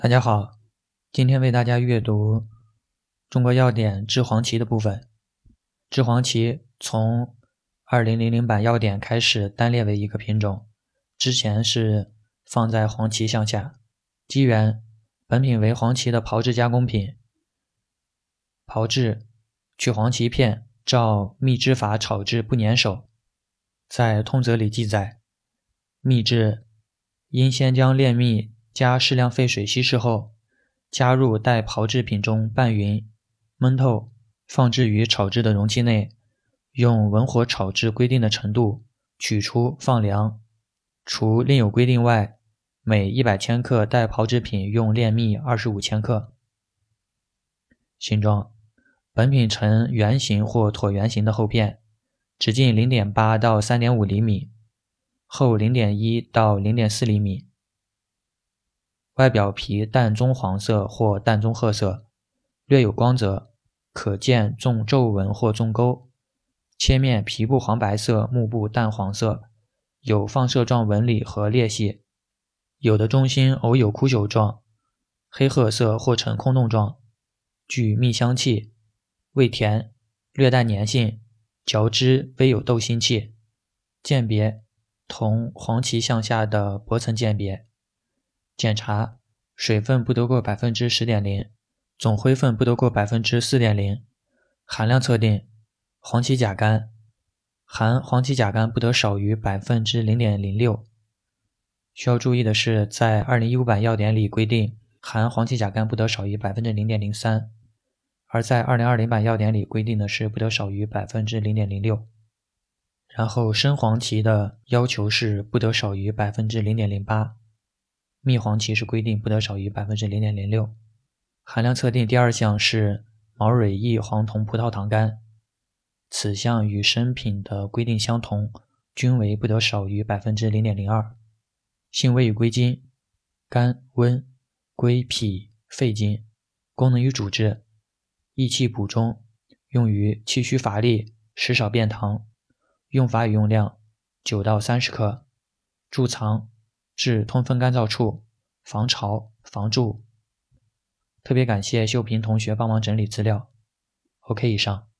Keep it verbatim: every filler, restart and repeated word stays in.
大家好，今天为大家阅读中国药典治黄芪的部分。治黄芪从二零零零版药典开始单列为一个品种，之前是放在黄芪项下。机缘：本品为黄芪的炮制加工品，炮制取黄芪片，照秘制法炒制不粘手。在通则里记载，秘制应先将炼蜜加适量沸水稀释后，加入待炮制品中拌匀，焖透，放置于炒制的容器内，用文火炒至规定的程度，取出放凉。除另有规定外，每一百千克待炮制品用炼蜜二十五千克。形状：本品呈圆形或椭圆形的厚片，直径 零点八到三点五厘米，厚 零点一到零点四厘米。外表皮淡棕黄色或淡棕褐色，略有光泽，可见纵皱纹或纵沟。切面皮部黄白色，幕部淡黄色，有放射状纹理和裂隙，有的中心偶有枯朽状，黑褐色或呈空洞状，具蜜香气，味甜，略带粘性，嚼之微有豆腥气。鉴别：同黄芪项下的薄层鉴别。检查：水分不得过 百分之十点零， 总灰分不得过 百分之四点零。 含量测定：黄芪甲苷含黄芪甲苷不得少于 百分之零点零六。 需要注意的是，在二零一五版药典里规定含黄芪甲苷不得少于 百分之零点零三， 而在二零二零版药典里规定的是不得少于 百分之零点零六。 然后生黄芪的要求是不得少于 百分之零点零八，蜜黄芪是规定不得少于 百分之零点零六。 含量测定第二项是毛蕊异黄酮葡萄糖苷，此项与生品的规定相同，均为不得少于 百分之零点零二。 性味与归经：甘温，归脾肺经，功能与主治：益气补中，用于气虚乏力、食少便溏。用法与用量：九到三十克。贮藏：治通风干燥处，防潮防蛀。特别感谢秀萍同学帮忙整理资料。 OK 以上。